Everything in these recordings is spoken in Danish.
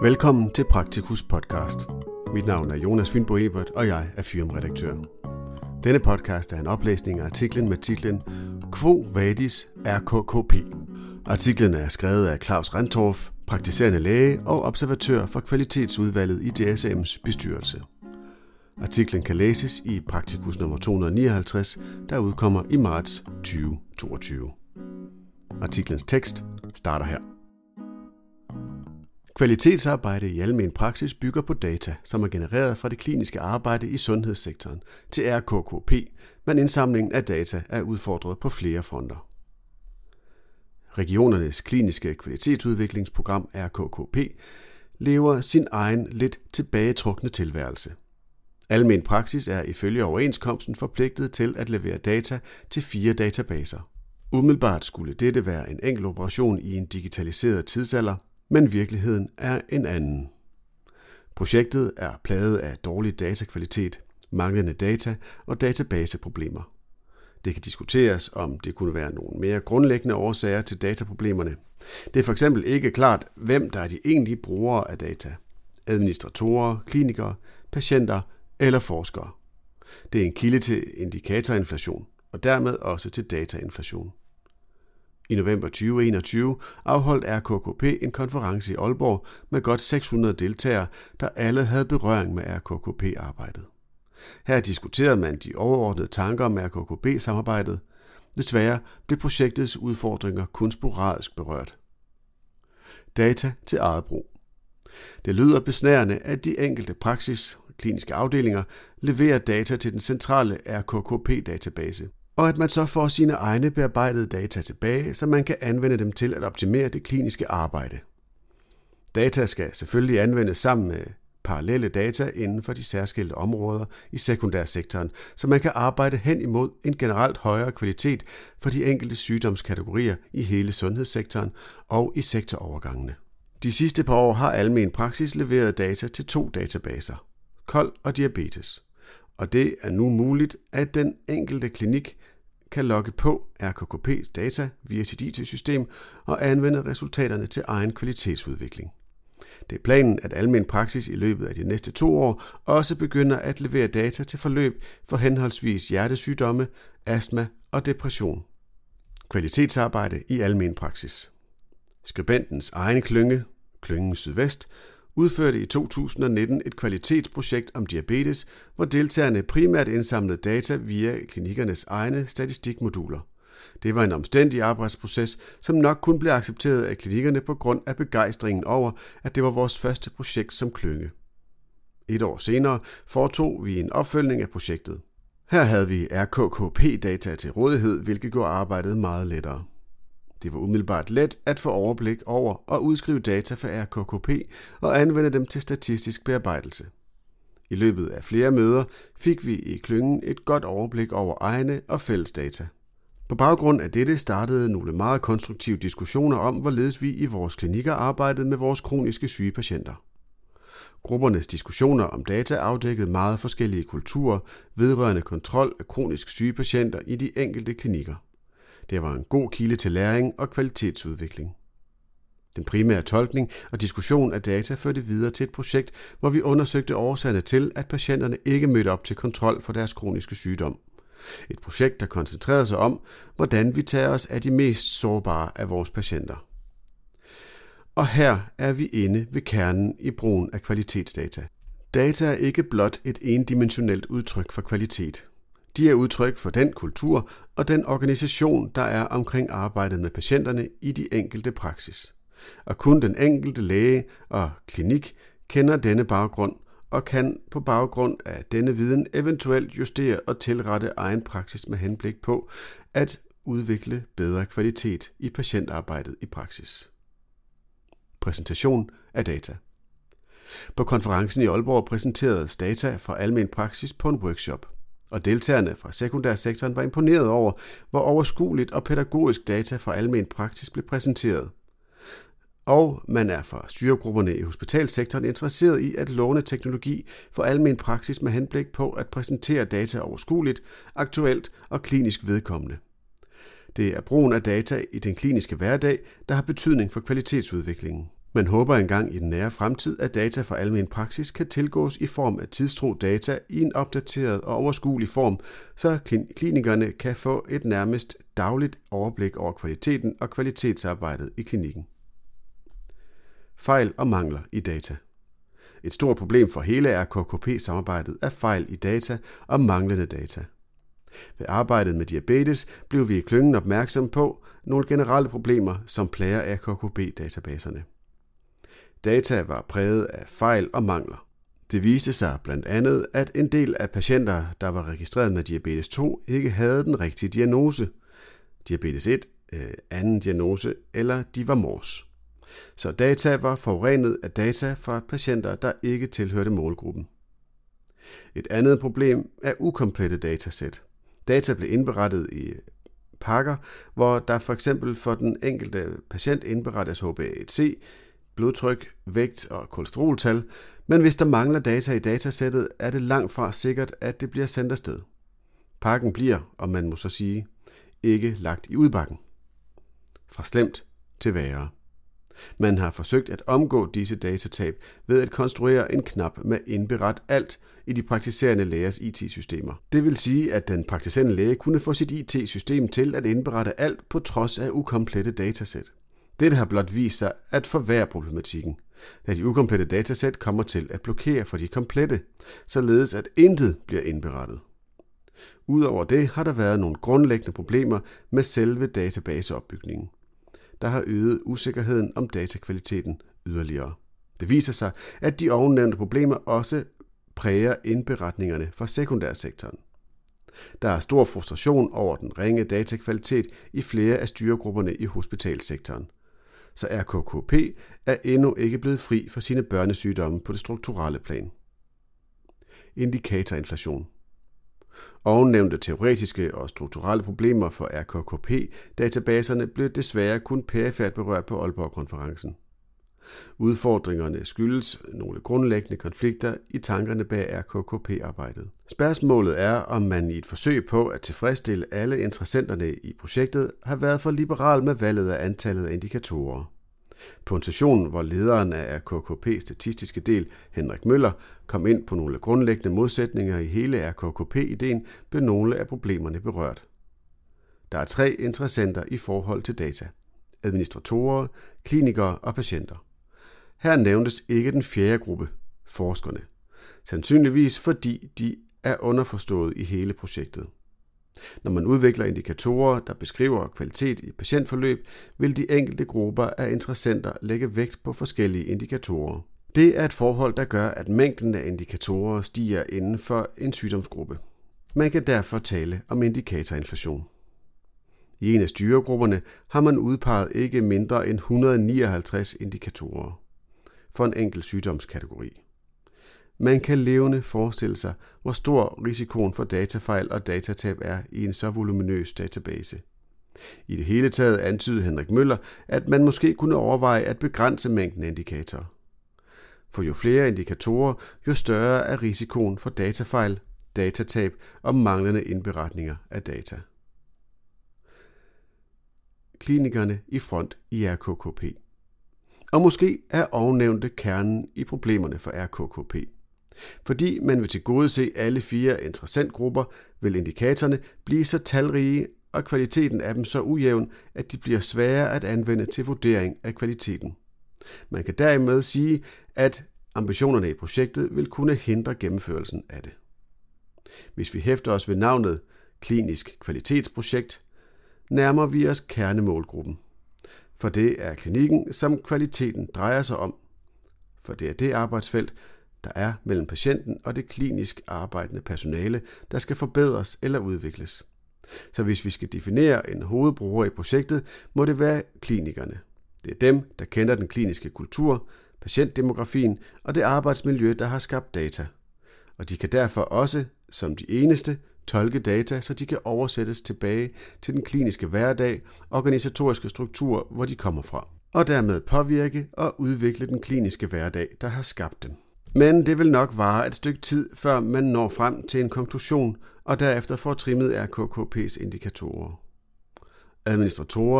Velkommen til Praktikus podcast. Mit navn er Jonas Fynbo Ebert, og jeg er firmaredaktør. Denne podcast er en oplæsning af artiklen med titlen Quo Vadis RKKP. Artiklen er skrevet af Claus Rendtorff, praktiserende læge og observatør for kvalitetsudvalget i DSM's bestyrelse. Artiklen kan læses i Praktikus nummer 259, der udkommer i marts 2022. Artiklens tekst starter her. Kvalitetsarbejde i almen praksis bygger på data, som er genereret fra det kliniske arbejde i sundhedssektoren til RKKP, men indsamlingen af data er udfordret på flere fronter. Regionernes kliniske kvalitetsudviklingsprogram RKKP lever sin egen lidt tilbagetrukne tilværelse. Almen praksis er ifølge overenskomsten forpligtet til at levere data til 4 databaser. Umiddelbart skulle dette være en enkel operation i en digitaliseret tidsalder, men virkeligheden er en anden. Projektet er plaget af dårlig datakvalitet, manglende data og databaseproblemer. Det kan diskuteres, om det kunne være nogle mere grundlæggende årsager til dataproblemerne. Det er f.eks. ikke klart, hvem der er de egentlige brugere af data. Administratorer, klinikere, patienter eller forskere. Det er en kilde til indikatorinflation, og dermed også til datainflation. I november 2021 afholdt RKKP en konference i Aalborg med godt 600 deltagere, der alle havde berøring med RKKP-arbejdet. Her diskuterede man de overordnede tanker om RKKP-samarbejdet. Desværre blev projektets udfordringer kun sporadisk berørt. Data til eget brug. Det lyder besnærende, at de enkelte kliniske afdelinger leverer data til den centrale RKKP-database, og at man så får sine egne bearbejdede data tilbage, så man kan anvende dem til at optimere det kliniske arbejde. Data skal selvfølgelig anvendes sammen med parallelle data inden for de særskilte områder i sekundærsektoren, så man kan arbejde hen imod en generelt højere kvalitet for de enkelte sygdomskategorier i hele sundhedssektoren og i sektorovergangene. De sidste par år har almen praksis leveret data til 2 databaser, KOL og diabetes. Og det er nu muligt, at den enkelte klinik kan logge på RKKP's data via sit IT-system og anvende resultaterne til egen kvalitetsudvikling. Det er planen, at almen praksis i løbet af de næste 2 år også begynder at levere data til forløb for henholdsvis hjertesygdomme, astma og depression. Kvalitetsarbejde i almen praksis. Skribentens egen klynge, Klyngen Sydvest, udførte i 2019 et kvalitetsprojekt om diabetes, hvor deltagerne primært indsamlede data via klinikernes egne statistikmoduler. Det var en omstændig arbejdsproces, som nok kun blev accepteret af klinikkerne på grund af begejstringen over, at det var vores første projekt som klynge. 1 år senere foretog vi en opfølgning af projektet. Her havde vi RKKP-data til rådighed, hvilket gjorde arbejdet meget lettere. Det var umiddelbart let at få overblik over og udskrive data fra RKKP og anvende dem til statistisk bearbejdelse. I løbet af flere møder fik vi i klyngen et godt overblik over egne og fælles data. På baggrund af dette startede nogle meget konstruktive diskussioner om, hvorledes vi i vores klinikker arbejdede med vores kroniske syge patienter. Gruppernes diskussioner om data afdækkede meget forskellige kulturer vedrørende kontrol af kronisk syge patienter i de enkelte klinikker. Det var en god kilde til læring og kvalitetsudvikling. Den primære tolkning og diskussion af data førte videre til et projekt, hvor vi undersøgte årsagerne til, at patienterne ikke mødte op til kontrol for deres kroniske sygdom. Et projekt, der koncentrerede sig om, hvordan vi tager os af de mest sårbare af vores patienter. Og her er vi inde ved kernen i brugen af kvalitetsdata. Data er ikke blot et endimensionelt udtryk for kvalitet. De er udtryk for den kultur og den organisation, der er omkring arbejdet med patienterne i de enkelte praksis. Og kun den enkelte læge og klinik kender denne baggrund og kan på baggrund af denne viden eventuelt justere og tilrette egen praksis med henblik på at udvikle bedre kvalitet i patientarbejdet i praksis. Præsentation af data. På konferencen i Aalborg præsenteredes data fra almen praksis på en workshop. Og deltagerne fra sekundærsektoren var imponeret over, hvor overskueligt og pædagogisk data fra almen praksis blev præsenteret. Og man er fra styregrupperne i hospitalsektoren interesseret i at låne teknologi for almen praksis med henblik på at præsentere data overskueligt, aktuelt og klinisk vedkommende. Det er brugen af data i den kliniske hverdag, der har betydning for kvalitetsudviklingen. Man håber engang i den nære fremtid, at data fra almen praksis kan tilgås i form af tidstro data i en opdateret og overskuelig form, så klinikerne kan få et nærmest dagligt overblik over kvaliteten og kvalitetsarbejdet i klinikken. Fejl og mangler i data. Et stort problem for hele RKKP-samarbejdet er fejl i data og manglende data. Ved arbejdet med diabetes blev vi i klyngen opmærksom på nogle generelle problemer, som plager RKKP-databaserne. Data var præget af fejl og mangler. Det viste sig blandt andet, at en del af patienter, der var registreret med diabetes 2, ikke havde den rigtige diagnose. Diabetes 1, anden diagnose, eller de var mors. Så data var forurenet af data fra patienter, der ikke tilhørte målgruppen. Et andet problem er ukomplette datasæt. Data blev indberettet i pakker, hvor der for eksempel for den enkelte patient indberettes HbA1c, blodtryk, vægt og kolesteroltal, men hvis der mangler data i datasættet, er det langt fra sikkert, at det bliver sendt afsted. Pakken bliver, og man må så sige, ikke lagt i udbakken. Fra slemt til værre. Man har forsøgt at omgå disse datatab ved at konstruere en knap med indberet alt i de praktiserende lægers IT-systemer. Det vil sige, at den praktiserende læge kunne få sit IT-system til at indberette alt på trods af ukomplette datasæt. Dette har blot vist sig at forværre problematikken, da de ukomplette datasæt kommer til at blokere for de komplette, således at intet bliver indberettet. Udover det har der været nogle grundlæggende problemer med selve databaseopbygningen, der har øget usikkerheden om datakvaliteten yderligere. Det viser sig, at de ovennævnte problemer også præger indberetningerne fra sekundærsektoren. Der er stor frustration over den ringe datakvalitet i flere af styregrupperne i hospitalsektoren. Så RKKP er endnu ikke blevet fri for sine børnesygdomme på det strukturelle plan. Indikatorinflation. Ovennævnte teoretiske og strukturelle problemer for RKKP-databaserne blev desværre kun perifært berørt på Aalborg-konferencen. Udfordringerne skyldes nogle grundlæggende konflikter i tankerne bag RKKP-arbejdet. Spørgsmålet er, om man i et forsøg på at tilfredsstille alle interessenterne i projektet har været for liberal med valget af antallet af indikatorer. På en session, hvor lederen af RKKP statistiske del, Henrik Møller, kom ind på nogle grundlæggende modsætninger i hele RKKP-ideen, blev nogle af problemerne berørt. Der er 3 interessenter i forhold til data: administratorer, klinikere og patienter. Her nævnes ikke den fjerde gruppe, forskerne, sandsynligvis fordi de er underforstået i hele projektet. Når man udvikler indikatorer, der beskriver kvalitet i patientforløb, vil de enkelte grupper af interessenter lægge vægt på forskellige indikatorer. Det er et forhold, der gør, at mængden af indikatorer stiger inden for en sygdomsgruppe. Man kan derfor tale om indikatorinflation. I en af styregrupperne har man udpeget ikke mindre end 159 indikatorer for en enkelt sygdomskategori. Man kan levende forestille sig, hvor stor risikoen for datafejl og datatab er i en så voluminøs database. I det hele taget antydede Henrik Møller, at man måske kunne overveje at begrænse mængden af indikatorer. For jo flere indikatorer, jo større er risikoen for datafejl, datatab og manglende indberetninger af data. Klinikerne i front i RKKP. Og måske er ovennævnte kernen i problemerne for RKKP. Fordi man vil tilgodese alle 4 interessentgrupper, vil indikatorerne blive så talrige og kvaliteten af dem så ujævn, at de bliver svære at anvende til vurdering af kvaliteten. Man kan derimod sige, at ambitionerne i projektet vil kunne hindre gennemførelsen af det. Hvis vi hæfter os ved navnet klinisk kvalitetsprojekt, nærmer vi os kernemålgruppen. For det er klinikken, som kvaliteten drejer sig om. For det er det arbejdsfelt, der er mellem patienten og det klinisk arbejdende personale, der skal forbedres eller udvikles. Så hvis vi skal definere en hovedbruger i projektet, må det være klinikerne. Det er dem, der kender den kliniske kultur, patientdemografien og det arbejdsmiljø, der har skabt data. Og de kan derfor også, som de eneste, tolke data, så de kan oversættes tilbage til den kliniske hverdag, organisatoriske struktur, hvor de kommer fra, og dermed påvirke og udvikle den kliniske hverdag, der har skabt dem. Men det vil nok vare et stykke tid, før man når frem til en konklusion, og derefter får trimmet RKKP's indikatorer. Administratorer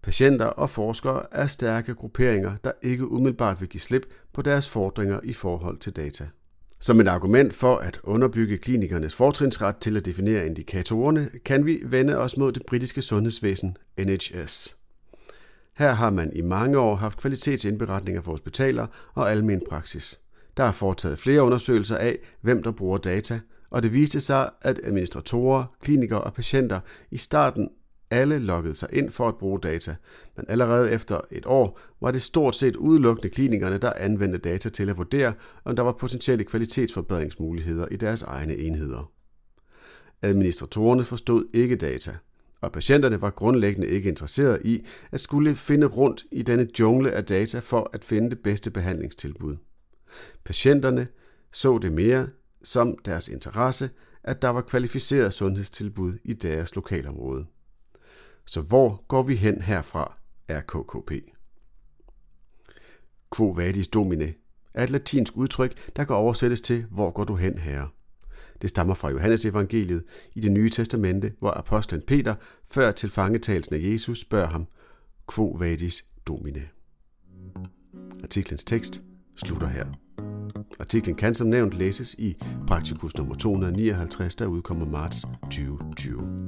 Patienter og forskere er stærke grupperinger, der ikke umiddelbart vil give slip på deres fordringer i forhold til data. Som et argument for at underbygge klinikernes fortrinsret til at definere indikatorerne, kan vi vende os mod det britiske sundhedsvæsen NHS. Her har man i mange år haft kvalitetsindberetninger for hospitaler og almen praksis. Der er foretaget flere undersøgelser af, hvem der bruger data, og det viste sig, at administratorer, klinikere og patienter i starten alle loggede sig ind for at bruge data, men allerede efter et år var det stort set udelukkende klinikerne, der anvendte data til at vurdere, om der var potentielle kvalitetsforbedringsmuligheder i deres egne enheder. Administratorerne forstod ikke data, og patienterne var grundlæggende ikke interesserede i at skulle finde rundt i denne jungle af data for at finde det bedste behandlingstilbud. Patienterne så det mere som deres interesse, at der var kvalificeret sundhedstilbud i deres lokalområde. Så hvor går vi hen herfra, er KKP. Quo vadis domine er et latinsk udtryk, der kan oversættes til, hvor går du hen, herre? Det stammer fra Johannes evangeliet i Det Nye Testamente, hvor apostlen Peter før tilfangetagelsen af Jesus spørger ham, Quo vadis domine. Artiklens tekst slutter her. Artiklen kan som nævnt læses i Praktikus nummer 259, der udkommer marts 2020.